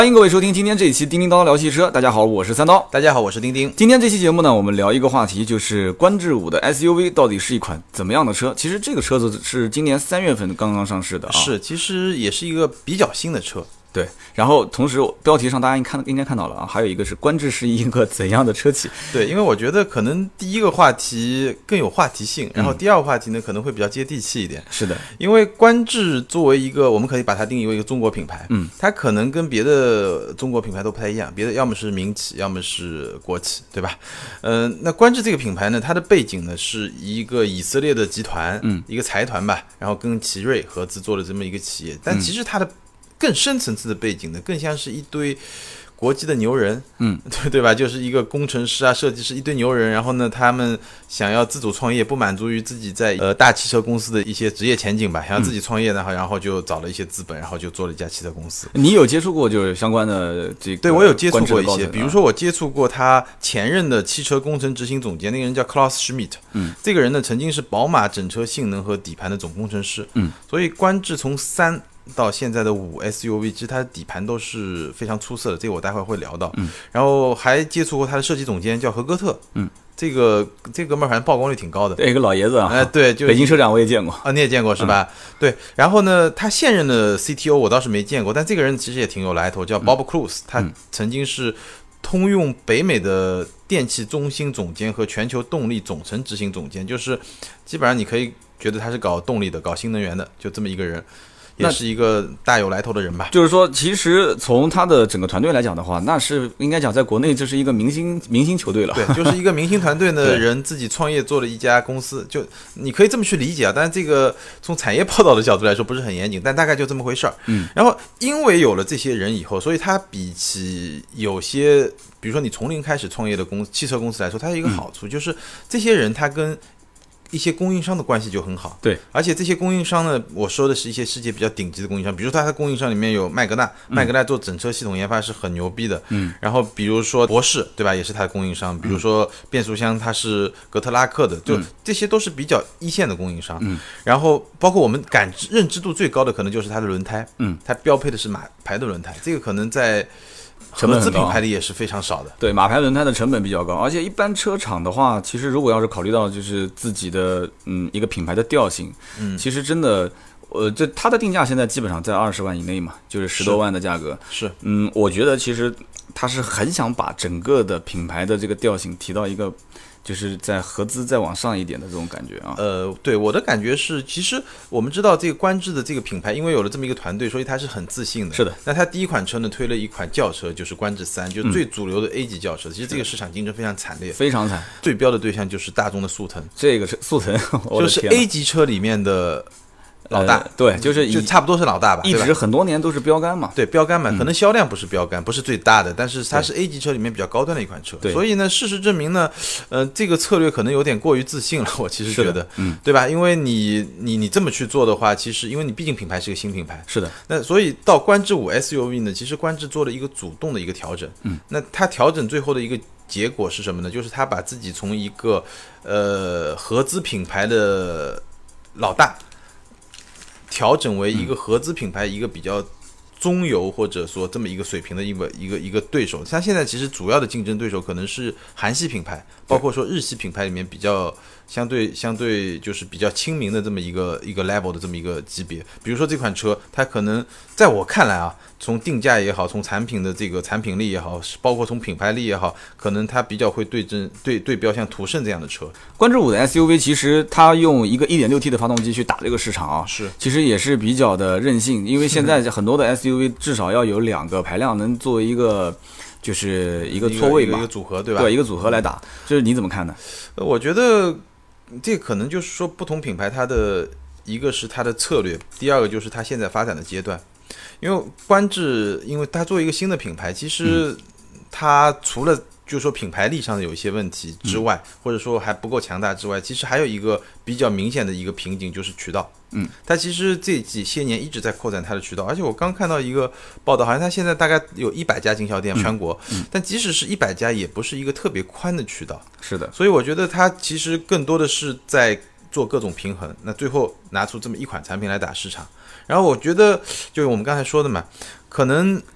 欢迎各位收听今天这一期叮叮叨叨聊汽车。大家好，我是三刀。 大家好，我是丁丁。 今天这期节目呢，我们聊一个话题，就是观致5的 SUV 到底是一款怎么样的车？其实这个车子是今年3月份刚刚上市的啊， 是，其实也是一个比较新的车。 对，然后同时标题上大家应该看到了啊，还有一个是观致是一个怎样的车企？ 对，因为我觉得可能第一个话题更有话题性，然后第二个话题呢可能会比较接地气一点。 是的， 因为观致作为一个，我们可以把它定义为一个中国品牌，它可能跟别的中国品牌都不太一样，别的要么是民企，要么是国企，对吧？那观致这个品牌呢，它的背景呢是一个以色列的集团，一个财团吧，然后跟奇瑞合资做了这么一个企业，但其实它的更深层次的背景呢，更像是一堆国际的牛人，对吧？就是一个工程师啊、设计师，一堆牛人，然后呢，他们想要自主创业，不满足于自己在大汽车公司的一些职业前景吧，想要自己创业呢，然后就找了一些资本，然后就做了一家汽车公司。 你有接触过就是相关的这个？ 对，我有接触过一些，比如说我接触过他前任的汽车工程执行总监，那个人叫 Klaus Schmidt，这个人呢曾经是宝马整车性能和底盘的总工程师，所以观致从3到现在的5 SUV， 其实它的底盘都是非常出色的，这个我待会儿会聊到。然后还接触过他的设计总监叫何戈特，这个哥们儿反正曝光率挺高的， 对，一个老爷子啊， 对，就北京车展我也见过啊，你也见过是吧？对，然后呢，他现任的 CTO 我倒是没见过，但这个人其实也挺有来头，叫 Bob Cruz，他曾经是通用北美的电气中心总监和全球动力总成执行总监，就是基本上你可以觉得他是搞动力的、搞新能源的，就这么一个人。也是一个大有来头的人吧。 就是说，其实从他的整个团队来讲的话，那是应该讲在国内这是一个明星球队了。 对，就是一个明星团队的人自己创业做了一家公司，就你可以这么去理解啊。但是这个从产业报道的角度来说不是很严谨，但大概就这么回事儿。然后因为有了这些人以后，所以他比起有些，比如说你从零开始创业的汽车公司来说，它有一个好处，就是这些人他跟一些供应商的关系就很好， 对， 而且这些供应商呢，我说的是一些世界比较顶级的供应商，比如说它的供应商里面有麦格纳做整车系统研发是很牛逼的，然后比如说博世，对吧，也是它的供应商，比如说变速箱它是格特拉克的，就这些都是比较一线的供应商，然后包括我们认知度最高的可能就是它的轮胎，它标配的是马牌的轮胎，这个可能在合资品牌里也是非常少的。对， 马牌轮胎的成本比较高，而且一般车厂的话，其实如果要是考虑到就是自己的一个品牌的调性，其实真的这它的定价现在基本上在20万以内嘛，就是10多万的价格。 是， 我觉得其实他是很想把整个的品牌的这个调性提到一个，就是在合资再往上一点的这种感觉啊。 对，我的感觉是，其实我们知道这个观致的这个品牌，因为有了这么一个团队，所以它是很自信的。 是的。 那它第一款车呢，推了一款轿车，就是观致3，就最主流的 A 级轿车。其实这个市场竞争非常惨烈， 非常惨。 对标的对象就是大众的速腾。 这个是速腾， 就是 A 级车里面的老大， 对，就差不多是老大吧， 一直很多年都是标杆嘛。 对，标杆嘛，可能销量不是标杆，不是最大的，但是它是 A 级车里面比较高端的一款车。所以呢，事实证明呢，这个策略可能有点过于自信了，我其实觉得，对吧？因为你这么去做的话，其实因为你毕竟品牌是个新品牌， 是的。 那所以到观致5 SUV 呢，其实观致做了一个主动的一个调整。那它调整最后的一个结果是什么呢？就是他把自己从一个合资品牌的老大调整为一个合资品牌一个比较中游或者说这么一个水平的一个对手。像现在其实主要的竞争对手可能是韩系品牌，包括说日系品牌里面比较相对就是比较亲民的这么一个 level 的这么一个级别。比如说这款车，它可能在我看来啊，从定价也好，从产品的这个产品力也好，包括从品牌力也好，可能它比较会对标像途胜这样的车。 观致5的 SUV 其实它用一个 1.6T 的发动机去打这个市场啊， 是， 其实也是比较的任性，因为现在很多的 SUV 至少要有2个排量能作为一个就是一个错位吧， 一个组合，对吧？ 对，一个组合来打，就是你怎么看呢？ 我觉得这可能就是说不同品牌它的一个是它的策略，第二个就是它现在发展的阶段。因为观致，因为它作为一个新的品牌，其实它除了就是说品牌力上的有一些问题之外，或者说还不够强大之外，其实还有一个比较明显的一个瓶颈，就是渠道。它其实这几些年一直在扩展它的渠道，而且我刚看到一个报道，好像它现在大概有100家经销店全国，但即使是100家，也不是一个特别宽的渠道。 是的， 所以我觉得它其实更多的是在做各种平衡，那最后拿出这么一款产品来打市场。然后我觉得就是我们刚才说的嘛，可能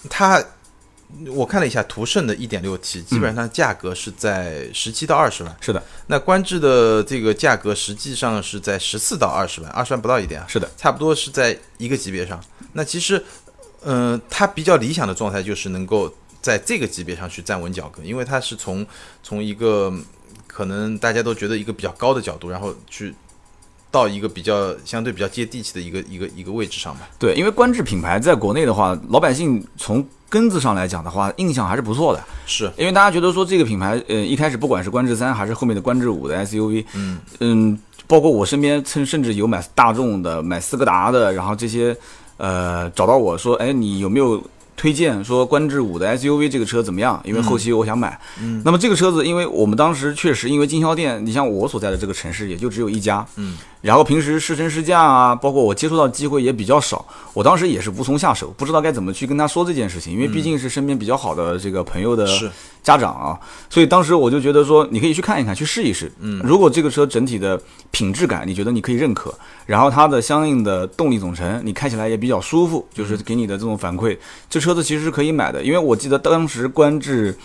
我看了一下途胜的 1.6T， 基本上价格是在17到20万。 是的。 那观致的这个价格实际上是在14到20万，20万不到一点啊。 是的， 差不多是在一个级别上。那其实，它比较理想的状态就是能够在这个级别上去站稳脚跟，因为它是从一个可能大家都觉得一个比较高的角度，然后去到一个相对比较接地气的一个位置上吧。 对，因为观致品牌在国内的话，老百姓从根子上来讲的话，印象还是不错的。 是因为大家觉得说这个品牌，一开始不管是观致3还是后面的观致5的 SUV，包括我身边甚至有买大众的、买斯柯达的，然后这些找到我说，哎，你有没有推荐说观致5的 SUV 这个车怎么样？因为后期我想买。那么这个车子，因为我们当时确实因为经销店，你像我所在的这个城市也就只有一家，然后平时试乘试驾啊，包括我接触到机会也比较少，我当时也是无从下手，不知道该怎么去跟他说这件事情，因为毕竟是身边比较好的这个朋友的家长啊，所以当时我就觉得说，你可以去看一看，去试一试。如果这个车整体的品质感你觉得你可以认可，然后它的相应的动力总成你开起来也比较舒服，就是给你的这种反馈，这车子其实是可以买的。因为我记得当时观致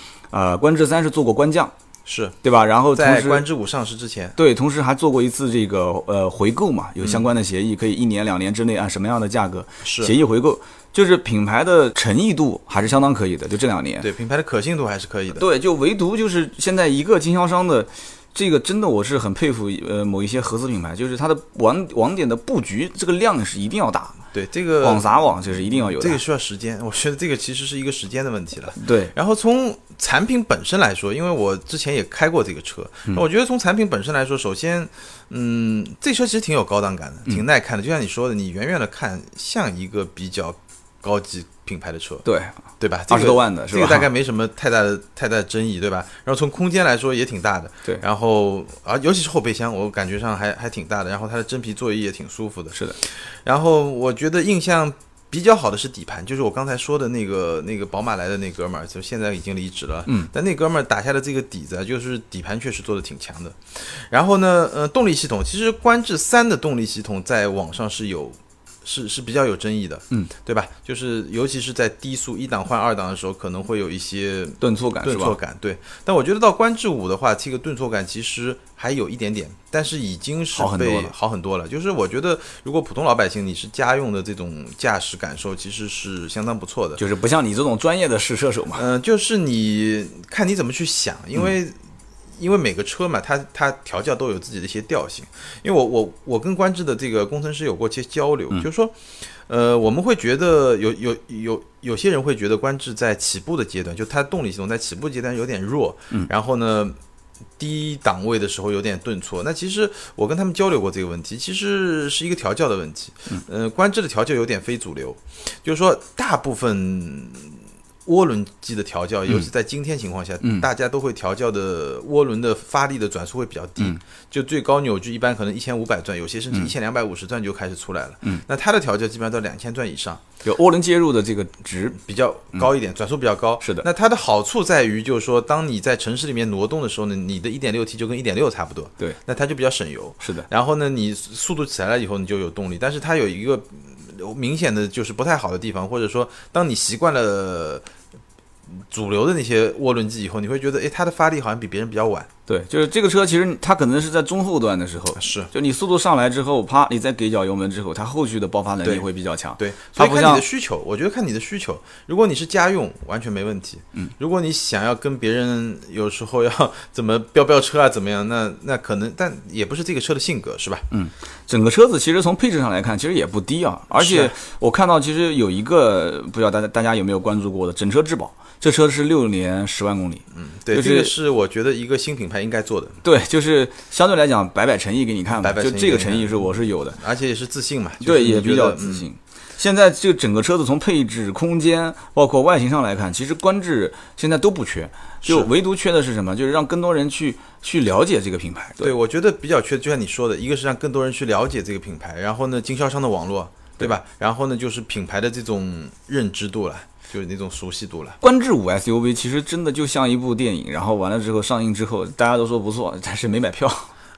3是做过官降， 是对吧？然后在观致5上市之前， 对，同时还做过一次这个回购嘛，有相关的协议，可以1年2年之内按什么样的价格协议回购，就是品牌的诚意度还是相当可以的，就这2年。 对，品牌的可信度还是可以的。 对，就唯独就是现在一个经销商的这个真的我是很佩服某一些合资品牌，就是它的网点的布局这个量是一定要大。 对，这个网撒网就是一定要有的， 这个需要时间，我觉得这个其实是一个时间的问题了。 对， 然后从产品本身来说，因为我之前也开过这个车，我觉得从产品本身来说，首先，这车其实挺有高档感的，挺耐看的，就像你说的，你远远的看像一个比较高级品牌的车，对吧 ？20多万的是吧？ 这个大概没什么太大的争议，对吧？然后从空间来说也挺大的， 对。 然后尤其是后备箱，我感觉上还挺大的。然后它的真皮座椅也挺舒服的， 是的。 然后我觉得印象比较好的是底盘，就是我刚才说的那个宝马来的那哥们儿，就现在已经离职了。但那哥们儿打下的这个底子，就是底盘确实做的挺强的。然后呢，动力系统，其实观致3的动力系统在网上是比较有争议的，对吧？就是尤其是在低速1档换2档的时候，可能会有一些顿挫感， 对。但我觉得到观致5的话，这个顿挫感其实还有一点点，但是已经是好很多了。就是我觉得，如果普通老百姓你是家用的这种驾驶感受，其实是相当不错的。 就是不像你这种专业的试车手嘛。 就是你看你怎么去想，因为每个车嘛，它调教都有自己的一些调性。因为我跟观致的这个工程师有过一些交流，就是说，我们会觉得有些人会觉得观致在起步的阶段，就它动力系统在起步阶段有点弱，然后呢，低档位的时候有点顿挫。那其实我跟他们交流过这个问题，其实是一个调教的问题。观致的调教有点非主流，就是说大部分涡轮机的调教，尤其在今天情况下，大家都会调教的涡轮的发力的转速会比较低，就最高扭矩一般可能1500转，有些甚至1250转就开始出来了。那它的调教基本上到2000转以上， 有涡轮介入的这个值比较高一点，转速比较高。 是的。 那它的好处在于，就是说，当你在城市里面挪动的时候呢，你的 1.6T 就跟 1.6 差不多。 对。 那它就比较省油。 是的。 然后呢，你速度起来了以后，你就有动力，但是它有一个明显的就是不太好的地方，或者说，当你习惯了主流的那些涡轮机以后，你会觉得，它的发力好像比别人比较晚。 对，就是这个车其实它可能是在中后段的时候， 是， 就你速度上来之后，啪，你再给一脚油门之后，它后续的爆发能力会比较强。 对，所以看你的需求，我觉得看你的需求。如果你是家用，完全没问题。如果你想要跟别人有时候要怎么飙车啊，怎么样，那可能，但也不是这个车的性格，是吧？ 整个车子其实从配置上来看，其实也不低啊。而且我看到其实有一个不知道大家有没有关注过的整车质保。这车是6年10万公里， 对， 就是这个是我觉得一个新品牌应该做的。 对，就是相对来讲摆诚意给你看吧，就这个诚意是我是有的， 而且也是自信嘛， 对，也比较自信。现在这个整个车子从配置、空间，包括外形上来看，其实观致现在都不缺，就唯独缺的是什么？就是让更多人去了解这个品牌。 对，我觉得比较缺，就像你说的，一个是让更多人去了解这个品牌，然后呢，经销商的网络，对吧？然后呢，就是品牌的这种认知度了。就是那种熟悉度了。 观致5 SUV 其实真的就像一部电影，然后完了之后上映之后，大家都说不错，但是没买票。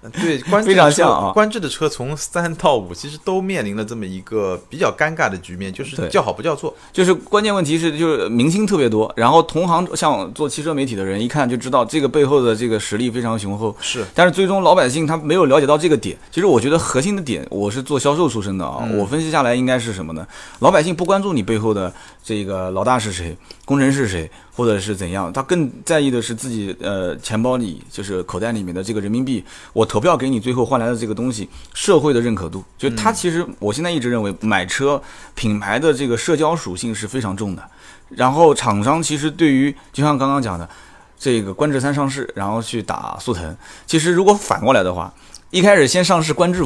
对，观致非常像啊。 观致的车从3到5其实都面临了这么一个比较尴尬的局面，就是叫好不叫座。 就是关键问题是，就是明星特别多，然后同行像做汽车媒体的人一看就知道这个背后的这个实力非常雄厚。 是， 但是最终老百姓他没有了解到这个点。其实我觉得核心的点，我是做销售出身的啊，我分析下来应该是什么呢？老百姓不关注你背后的这个老大是谁，工程是谁，或者是怎样，他更在意的是自己钱包里就是口袋里面的这个人民币，我投票给你最后换来的这个东西，社会的认可度。就他其实我现在一直认为买车品牌的这个社交属性是非常重的。然后厂商其实对于就像刚刚讲的这个观致3上市，然后去打速腾，其实如果反过来的话，一开始先上市观致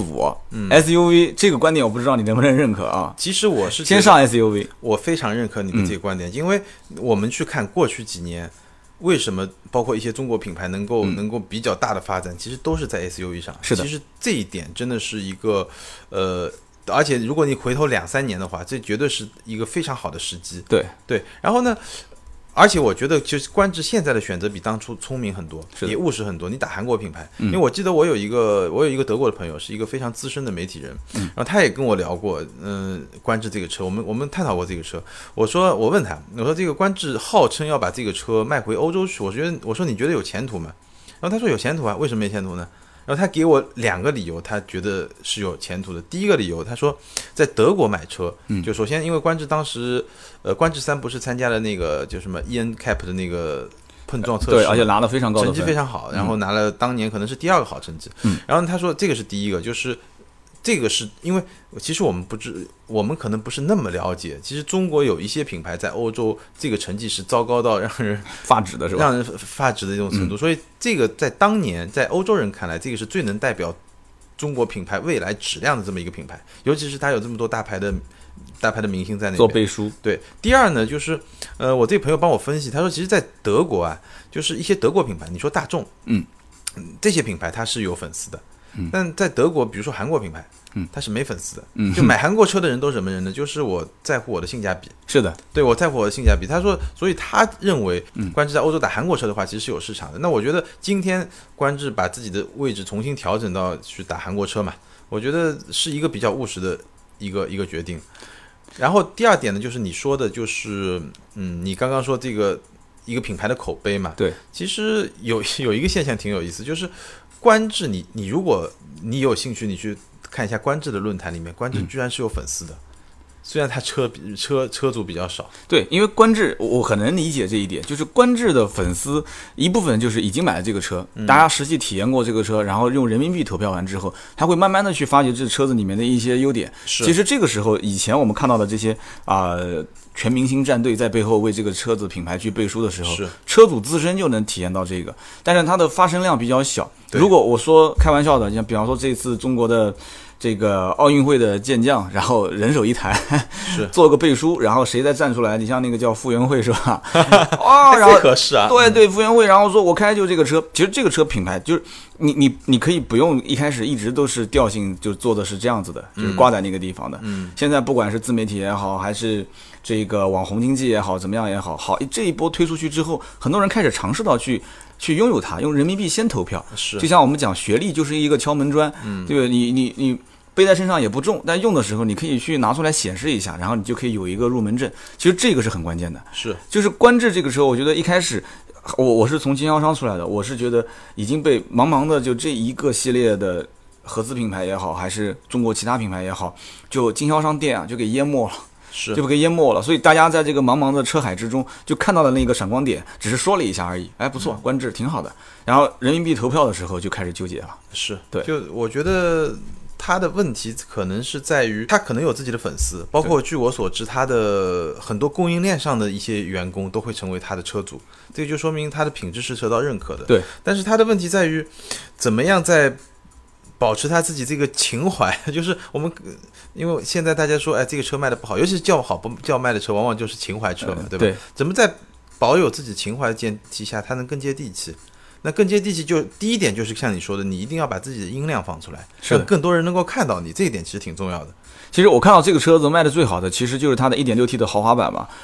5、SUV 这个观点我不知道你能不能认可啊？ 其实我是先上 SUV， 我非常认可你的这个观点，因为我们去看过去几年，为什么包括一些中国品牌能够比较大的发展，其实都是在 SUV 上。 是的， 其实这一点真的是一个而且如果你回头2-3年的话，这绝对是一个非常好的时机。 对， 然后呢？而且我觉得，就是观致现在的选择比当初聪明很多，也务实很多。你打韩国品牌，因为我记得我有一个德国的朋友，是一个非常资深的媒体人，然后他也跟我聊过，观致这个车，我们探讨过这个车。我问他，我说这个观致号称要把这个车卖回欧洲去，我说你觉得有前途吗？然后他说有前途啊，为什么没前途呢？然后他给我2个理由，他觉得是有前途的。第一个理由，他说在德国买车，就首先因为观致当时，观致3不是参加了那个就什么 ENCAP 的那个碰撞测试， 对，而且拿了非常高的成绩非常好，然后拿了当年可能是第2个好成绩。然后他说这个是第一个，就是这个是因为其实我们可能不是那么了解，其实中国有一些品牌在欧洲这个成绩是糟糕到让人发指的是吧？ 让人发指的这种程度，所以这个在当年在欧洲人看来，这个是最能代表中国品牌未来质量的这么一个品牌，尤其是它有这么多大牌的明星在那边做背书。 对，第二呢，就是我这个朋友帮我分析，他说其实在德国啊，就是一些德国品牌，你说大众，这些品牌它是有粉丝的。但在德国，比如说韩国品牌，它是没粉丝的。就买韩国车的人都是什么人呢？就是我在乎我的性价比。 是的， 对，我在乎我的性价比。他说，所以他认为，观致在欧洲打韩国车的话，其实是有市场的。那我觉得今天观致把自己的位置重新调整到去打韩国车嘛，我觉得是一个比较务实的一个决定。然后第二点呢，就是你说的，就是你刚刚说这个一个品牌的口碑嘛。 对， 其实有一个现象挺有意思，就是观致你如果你有兴趣，你去看一下观致的论坛里面，观致居然是有粉丝的。虽然他车主比较少， 对，因为观致我很能理解这一点，就是观致的粉丝一部分就是已经买了这个车，大家实际体验过这个车，然后用人民币投票完之后，他会慢慢的去发掘这车子里面的一些优点。其实这个时候，以前我们看到的这些全明星战队在背后为这个车子品牌去背书的时候，车主自身就能体验到这个，但是它的发生量比较小。如果我说开玩笑的，像比方说这次中国的这个奥运会的健将，然后人手一台， 是做个背书，然后谁再站出来？你像那个叫傅园慧是吧？哦，然后合适啊， 对，傅园慧，然后说我开就这个车，其实这个车品牌就是你可以不用一开始一直都是调性就做的是这样子的，就是挂在那个地方的。现在不管是自媒体也好，还是这个网红经济也好，怎么样也好，这一波推出去之后，很多人开始尝试到去拥有它，用人民币先投票。 是， 就像我们讲学历就是一个敲门砖，对吧？你背在身上也不重，但用的时候你可以去拿出来显示一下，然后你就可以有一个入门证。其实这个是很关键的。 是， 就是观致这个车，我觉得一开始我是从经销商出来的，我是觉得已经被茫茫的就这一个系列的合资品牌也好，还是中国其他品牌也好，就经销商店啊就给淹没了。就给淹没了，所以大家在这个茫茫的车海之中，就看到了那个闪光点，只是说了一下而已。哎，不错，观致挺好的。然后人民币投票的时候就开始纠结了。 是， 对， 就我觉得他的问题可能是在于他可能有自己的粉丝，包括据我所知，他的很多供应链上的一些员工都会成为他的车主，这个就说明他的品质是受到认可的。 对， 但是他的问题在于，怎么样在保持他自己这个情怀，就是我们因为现在大家说，哎，这个车卖的不好，尤其是叫好不叫卖的车，往往就是情怀车嘛，对吧？怎么在保有自己情怀的前提下，它能更接地气？那更接地气就第一点就是像你说的，你一定要把自己的音量放出来，让更多人能够看到你，这一点其实挺重要的。 其实我看到这个车子卖的最好的，其实就是它的 1.6T 的豪华版嘛。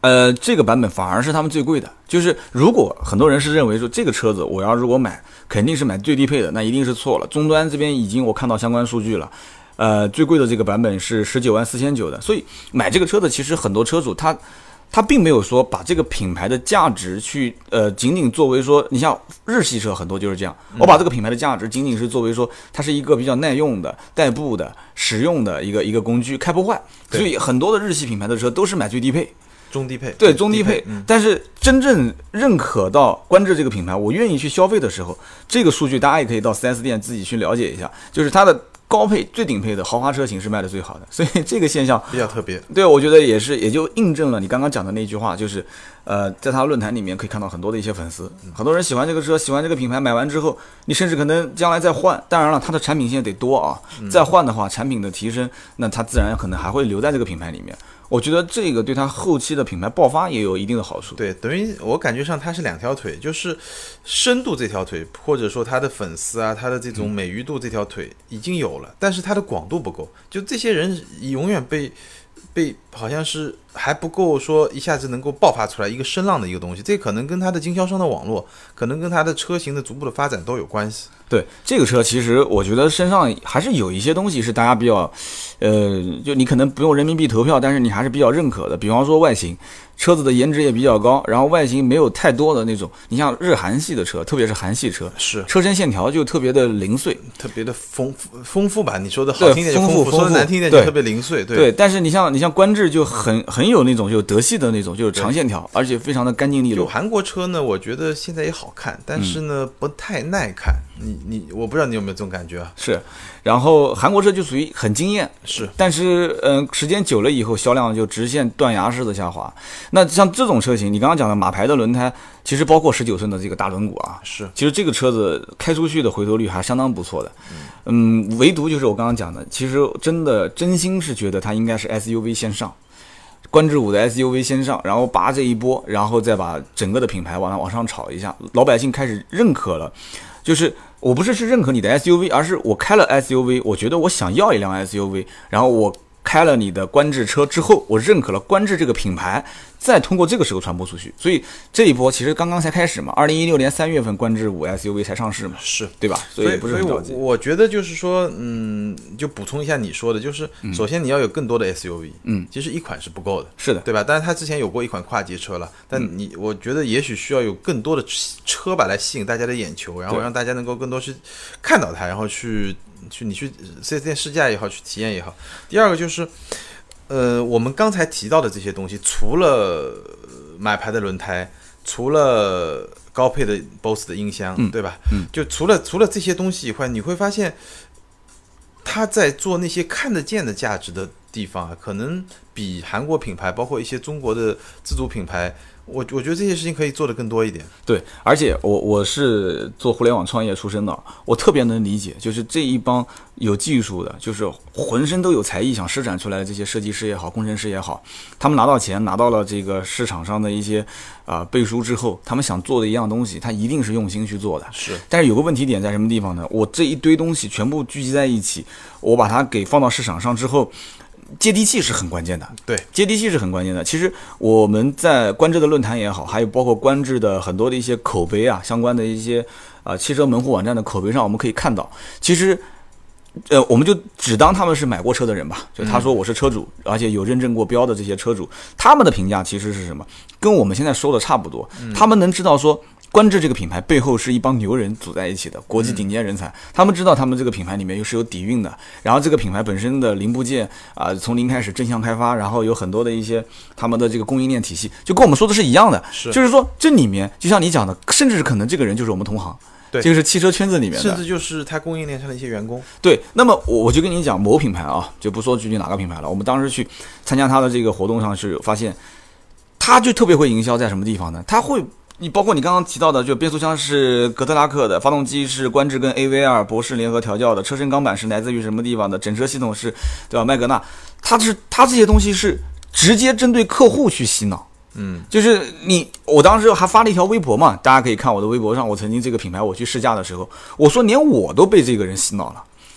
这个版本反而是他们最贵的。就是如果很多人是认为说这个车子我要如果买，肯定是买最低配的，那一定是错了。终端这边已经我看到相关数据了，最贵的这个版本是194900的，所以买这个车的其实很多车主他并没有说把这个品牌的价值去仅仅作为说，你像日系车很多就是这样，我把这个品牌的价值仅仅是作为说它是一个比较耐用的、代步的、实用的一个工具，开不坏。所以很多的日系品牌的车都是买最低配。 中低配， 对，中低配，但是真正认可到观致这个品牌，我愿意去消费的时候，这个数据大家也可以到 4S 店自己去了解一下，就是它的高配最顶配的豪华车型是卖的最好的，所以这个现象比较特别。 对，我觉得也就印证了你刚刚讲的那句话，就是在他论坛里面可以看到很多的一些粉丝，很多人喜欢这个车，喜欢这个品牌，买完之后，你甚至可能将来再换，当然了，它的产品线得多啊，再换的话，产品的提升，那它自然可能还会留在这个品牌里面。我觉得这个对他后期的品牌爆发也有一定的好处。 对，等于我感觉上他是两条腿，就是深度这条腿，或者说他的粉丝啊，他的这种美誉度这条腿已经有了，但是他的广度不够，就这些人永远被好像是还不够说一下子能够爆发出来一个声浪的一个东西，这可能跟它的经销商的网络，可能跟它的车型的逐步的发展都有关系。 对，这个车其实我觉得身上还是有一些东西是大家比较，就你可能不用人民币投票，但是你还是比较认可的。比方说外形，车子的颜值也比较高，然后外形没有太多的那种，你像日韩系的车，特别是韩系车， 是车身线条就特别的零碎， 特别的丰富吧？你说的好听一点丰富，说的难听一点就特别零碎。对， 但是你像观致就很有那种就德系的那种，就是长线条，而且非常的干净利落。 就韩国车呢，我觉得现在也好看，但是呢不太耐看。我不知道你有没有这种感觉啊？ 是，然后韩国车就属于很惊艳， 是， 但是时间久了以后，销量就直线断崖式的下滑。那像这种车型，你刚刚讲的马牌的轮胎，其实包括19寸的这个大轮毂啊， 是， 其实这个车子开出去的回头率还相当不错的。唯独就是我刚刚讲的，其实真心是觉得它应该是 SUV 先上。观致5的 SUV 先上，然后拔这一波，然后再把整个的品牌往上炒一下，老百姓开始认可了。就是我不是去认可你的 SUV， 而是我开了 SUV， 我觉得我想要一辆 SUV， 然后我开了你的观致车之后，我认可了观致这个品牌，再通过这个时候传播出去。所以这一波其实刚刚才开始嘛，2016年3月份观致5 SUV 才上市嘛， 是对吧？所以不是很着急。 我觉得就是说，就补充一下你说的，就是首先你要有更多的 SUV，其实一款是不够的， 是的， 对吧？但是它之前有过一款跨界车了，但我觉得也许需要有更多的车吧来吸引大家的眼球，然后让大家能够更多去看到它，然后你去4S店试驾也好，去体验也好。第二个就是，我们刚才提到的这些东西，除了买牌的轮胎，除了高配的 BOSS 的音箱，对吧？就除了这些东西以外，你会发现，他在做那些看得见的价值的地方啊，可能比韩国品牌，包括一些中国的自主品牌。我觉得这些事情可以做得更多一点。 对，而且我是做互联网创业出身的，我特别能理解，就是这一帮有技术的，就是浑身都有才艺想施展出来的这些设计师也好，工程师也好，他们拿到钱，拿到了这个市场上的一些背书之后，他们想做的一样东西，他一定是用心去做的。 是， 但是有个问题点在什么地方呢？我这一堆东西全部聚集在一起，我把它给放到市场上之后。接地气是很关键的， 对， 接地气是很关键的。其实我们在观致的论坛也好，还有包括观致的很多的一些口碑啊，相关的一些汽车门户网站的口碑上，我们可以看到，其实我们就只当他们是买过车的人吧，就他说我是车主，而且有认证过标的这些车主，他们的评价其实是什么？跟我们现在说的差不多，他们能知道说。观致这个品牌背后是一帮牛人组在一起的国际顶尖人才，他们知道他们这个品牌里面又是有底蕴的，然后这个品牌本身的零部件从零开始正向开发，然后有很多的一些他们的这个供应链体系，就跟我们说的是一样的，就是说这里面就像你讲的，甚至是可能这个人就是我们同行， 对， 这个是汽车圈子里面的， 甚至就是他供应链上的一些员工。 对，那么我就跟你讲某品牌啊，就不说具体哪个品牌了，我们当时去参加他的这个活动上是发现，他就特别会营销，在什么地方呢？他会。你包括你刚刚提到的，就变速箱是格特拉克的，发动机是观致跟 AVR 博士联合调教的，车身钢板是来自于什么地方的，整车系统是，对吧？麦格纳，它这些东西是直接针对客户去洗脑。就是我当时还发了一条微博嘛，大家可以看我的微博上，我曾经这个品牌我去试驾的时候，我说连我都被这个人洗脑了。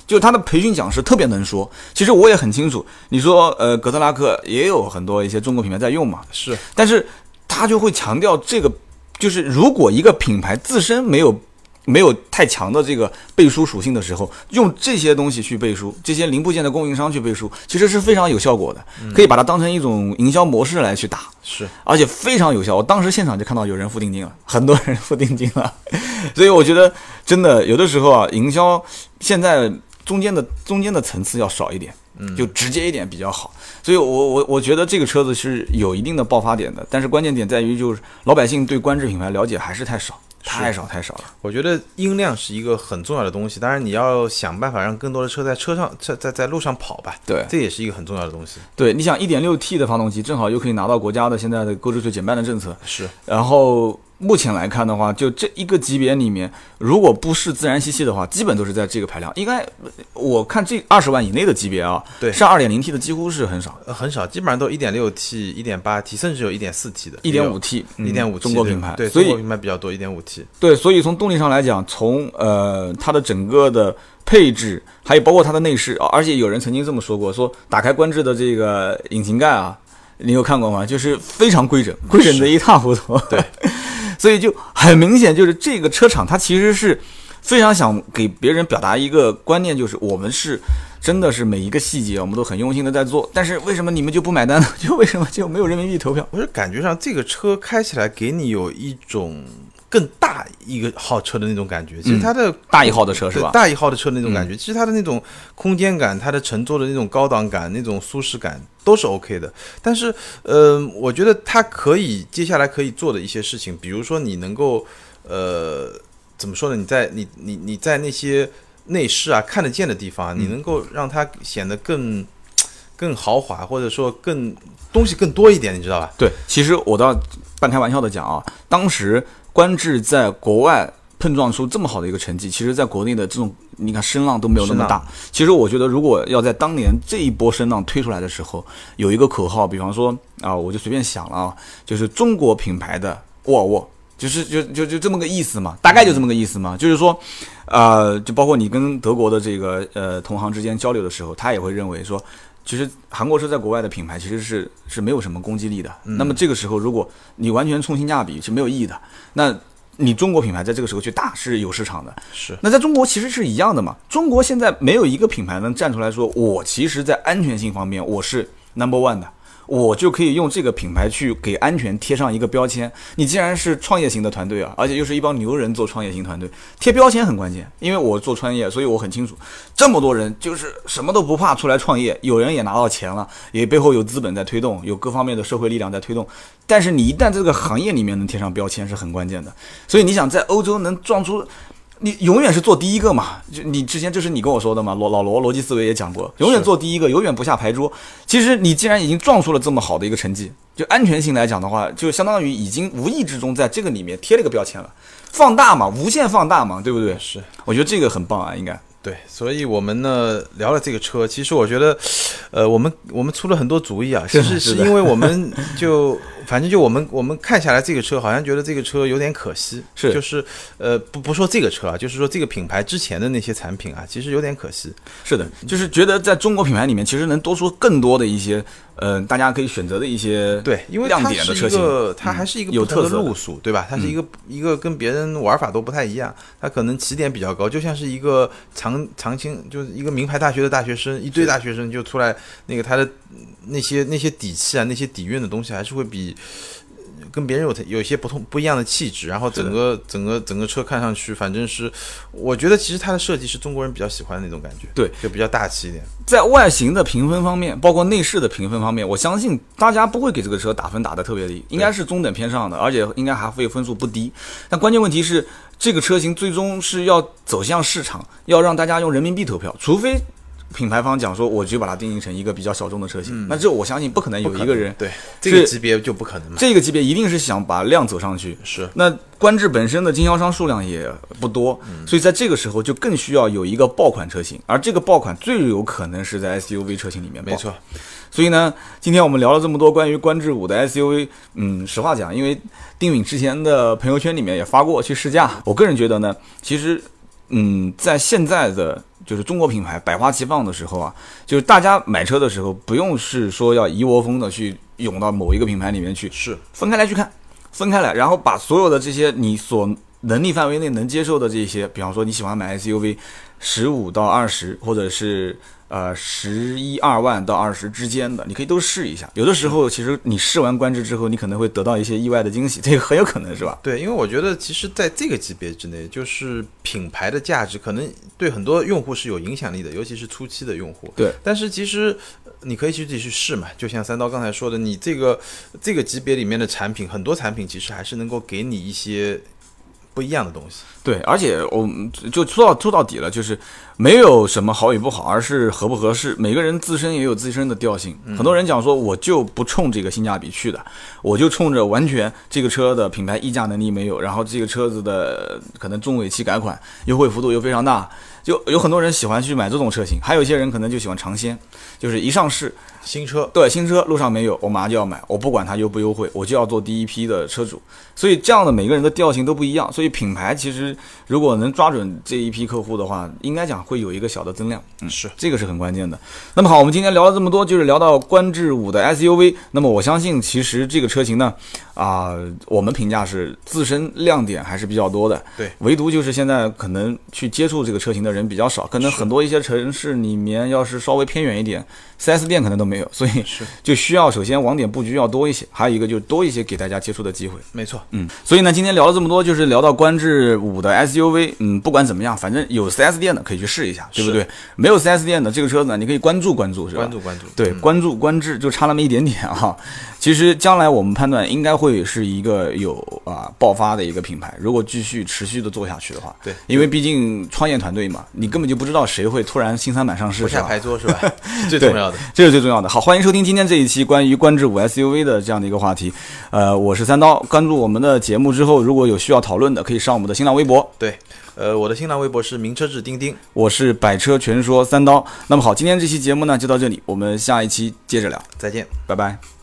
就他的培训讲师特别能说。其实我也很清楚，你说哥特拉克也有很多一些中国品牌在用嘛， 是， 但是他就会强调这个，就是如果一个品牌自身没有太强的这个背书属性的时候，用这些东西去背书，这些零部件的供应商去背书，其实是非常有效果的，可以把它当成一种营销模式来去打， 是， 而且非常有效。我当时现场就看到有人付定金了，很多人付定金了，所以我觉得真的有的时候啊，营销现在中间的层次要少一点，就直接一点比较好。所以我觉得这个车子是有一定的爆发点的，但是关键点在于就是老百姓对观致品牌了解还是太少。太少了。 我觉得音量是一个很重要的东西，当然你要想办法让更多的车在路上跑吧。 对， 这也是一个很重要的东西。 对，你想 1.6T 的发动机正好又可以拿到国家的现在的购置税减半的政策。 是。 然后目前来看的话，就这一个级别里面，如果不是自然吸气的话，基本都是在这个排量。应该我看这20万以内的级别啊， 对， 上 2.0T 的几乎是很少， 很少，基本上都 1.6T、1.8T， 甚至有 1.4T 的 1.5T、 1.5T 中国品牌， 对， 所以中国品牌比较多 1.5T。 对，所以从动力上来讲，从它的整个的配置，还有包括它的内饰，而且有人曾经这么说过，说打开观致的这个引擎盖啊，你有看过吗？就是非常规整的一塌糊涂。 对。 所以就很明显，就是这个车厂它其实是非常想给别人表达一个观念，就是我们是真的是每一个细节我们都很用心的在做，但是为什么你们就不买单呢？就为什么就没有人民币投票？ 我是感觉上这个车开起来给你有一种更大一个号车的那种感觉，其实它的大一号的车是吧？ 大一号的车那种感觉，其实它的那种空间感，它的乘坐的那种高档感，那种舒适感都是 OK 的。但是我觉得它接下来可以做的一些事情，比如说你能够怎么说呢？你在那些内饰啊看得见的地方，你能够让它显得更豪华，或者说东西更多一点，你知道吧？ 对，其实我倒半开玩笑的讲啊，当时观致在国外碰撞出这么好的一个成绩，其实在国内的这种你看声浪都没有那么大。其实我觉得如果要在当年这一波声浪推出来的时候，有一个口号，比方说啊，我就随便想了啊，就是中国品牌的沃尔沃。就这么个意思嘛，大概就这么个意思嘛，就是说，就包括你跟德国的这个同行之间交流的时候，他也会认为说，其实韩国车在国外的品牌其实是没有什么攻击力的。那么这个时候，如果你完全冲性价比是没有意义的，那你中国品牌在这个时候去打是有市场的。 是。 那在中国其实是一样的嘛，中国现在没有一个品牌能站出来说，我其实在安全性方面我是 No.1 的。我就可以用这个品牌去给安全贴上一个标签。你既然是创业型的团队啊，而且又是一帮牛人做创业型团队，贴标签很关键。因为我做创业，所以我很清楚，这么多人就是什么都不怕出来创业，有人也拿到钱了，也背后有资本在推动，有各方面的社会力量在推动。但是你一旦这个行业里面能贴上标签是很关键的。所以你想在欧洲能撞出。你永远是做第一个嘛？就你之前就是你跟我说的嘛，老罗逻辑思维也讲过，永远做第一个，永远不下牌桌。其实你既然已经撞出了这么好的一个成绩，就安全性来讲的话，就相当于已经无意之中在这个里面贴了一个标签了，放大嘛，无限放大嘛，对不对？ 是， 我觉得这个很棒啊，应该。 对，所以我们呢聊了这个车，其实我觉得，我们出了很多主意啊，其实是因为我们反正我们看下来这个车，好像觉得这个车有点可惜，就是不说这个车啊，就是说这个品牌之前的那些产品啊，其实有点可惜。 是的，就是觉得在中国品牌里面，其实能多出更多的一些大家可以选择的一些对，因为亮点的车型， 它还是一个有特色的路数，对吧？它是一个跟别人玩法都不太一样，它可能起点比较高，就像是一个常青，就是一个名牌大学的大学生，一堆大学生就出来，那个他的那些底气啊，那些底蕴的东西，还是会比跟别人有一些不一样的气质，然后整个车看上去，反正是我觉得其实它的设计是中国人比较喜欢的那种感觉， 对， 就比较大气一点。 在外形的评分方面，包括内饰的评分方面，我相信大家不会给这个车打分打得特别低，应该是中等偏上的，而且应该还会分数不低。但关键问题是，这个车型最终是要走向市场，要让大家用人民币投票，除非品牌方讲说，我就把它定义成一个比较小众的车型，那这我相信不可能有一个人， 对这个级别就不可能嘛。 这个级别一定是想把量走上去， 是。 那观致本身的经销商数量也不多，所以在这个时候就更需要有一个爆款车型，而这个爆款最有可能是在 SUV 车型里面爆。 没错。 所以呢，今天我们聊了这么多关于观致5的 SUV， 实话讲，因为丁允之前的朋友圈里面也发过去试驾，我个人觉得呢，其实在现在的就是中国品牌百花齐放的时候啊，就是大家买车的时候不用是说要一窝蜂的去涌到某一个品牌里面去， 是分开来去看，分开来，然后把所有的这些你所能力范围内能接受的这些，比方说你喜欢买 SUV，15到20，或者是11、2万到20之间的，你可以都试一下。有的时候，其实你试完观致之后，你可能会得到一些意外的惊喜，这个很有可能是吧？ 对，因为我觉得其实在这个级别之内，就是品牌的价值可能对很多用户是有影响力的，尤其是初期的用户。 对， 但是其实你可以去自己去试嘛，就像三刀刚才说的，你这个级别里面的产品，很多产品其实还是能够给你一些不一样的东西。 对，而且我就说到底了，就是没有什么好与不好，而是合不合适。每个人自身也有自身的调性。很多人讲说，我就不冲这个性价比去的，我就冲着完全这个车的品牌溢价能力没有，然后这个车子的可能中尾期改款优惠幅度又非常大，就有很多人喜欢去买这种车型。还有一些人可能就喜欢尝鲜，就是一上市新车， 对，新车路上没有，我马上就要买，我不管它优不优惠，我就要做第一批的车主。所以这样的每个人的调性都不一样，所以品牌其实如果能抓准这一批客户的话，应该讲会有一个小的增量。 是这个是很关键的。那么好，我们今天聊了这么多，就是聊到观致5的 SUV。那么我相信，其实这个车型呢，我们评价是自身亮点还是比较多的。 对， 唯独就是现在可能去接触这个车型的人比较少，可能很多一些城市里面要是稍微偏远一点，4S 店可能都没有，所以就需要首先网点布局要多一些，还有一个就是多一些给大家接触的机会。 没错。 所以呢，今天聊了这么多，就是聊到观致5的 SUV。不管怎么样，反正有 4S 店的可以去试一下，对不对？没有 4S 店的这个车子呢，你可以关注，是吧？ 关注。 对，关注观致就差那么一点点啊。其实将来我们判断应该会是一个有爆发的一个品牌，如果继续持续的做下去的话。 对， 因为毕竟创业团队嘛，你根本就不知道谁会突然新三板上市， 不下牌桌是吧？最重要的， 这是最重要的。好，欢迎收听今天这一期关于观致5 SUV 的这样的一个话题。我是三刀，关注我们的节目之后，如果有需要讨论的，可以上我们的新浪微博。 对，我的新浪微博是名车志钉钉， 我是百车全说三刀。那么好，今天这期节目呢就到这里，我们下一期接着聊， 再见， 拜拜。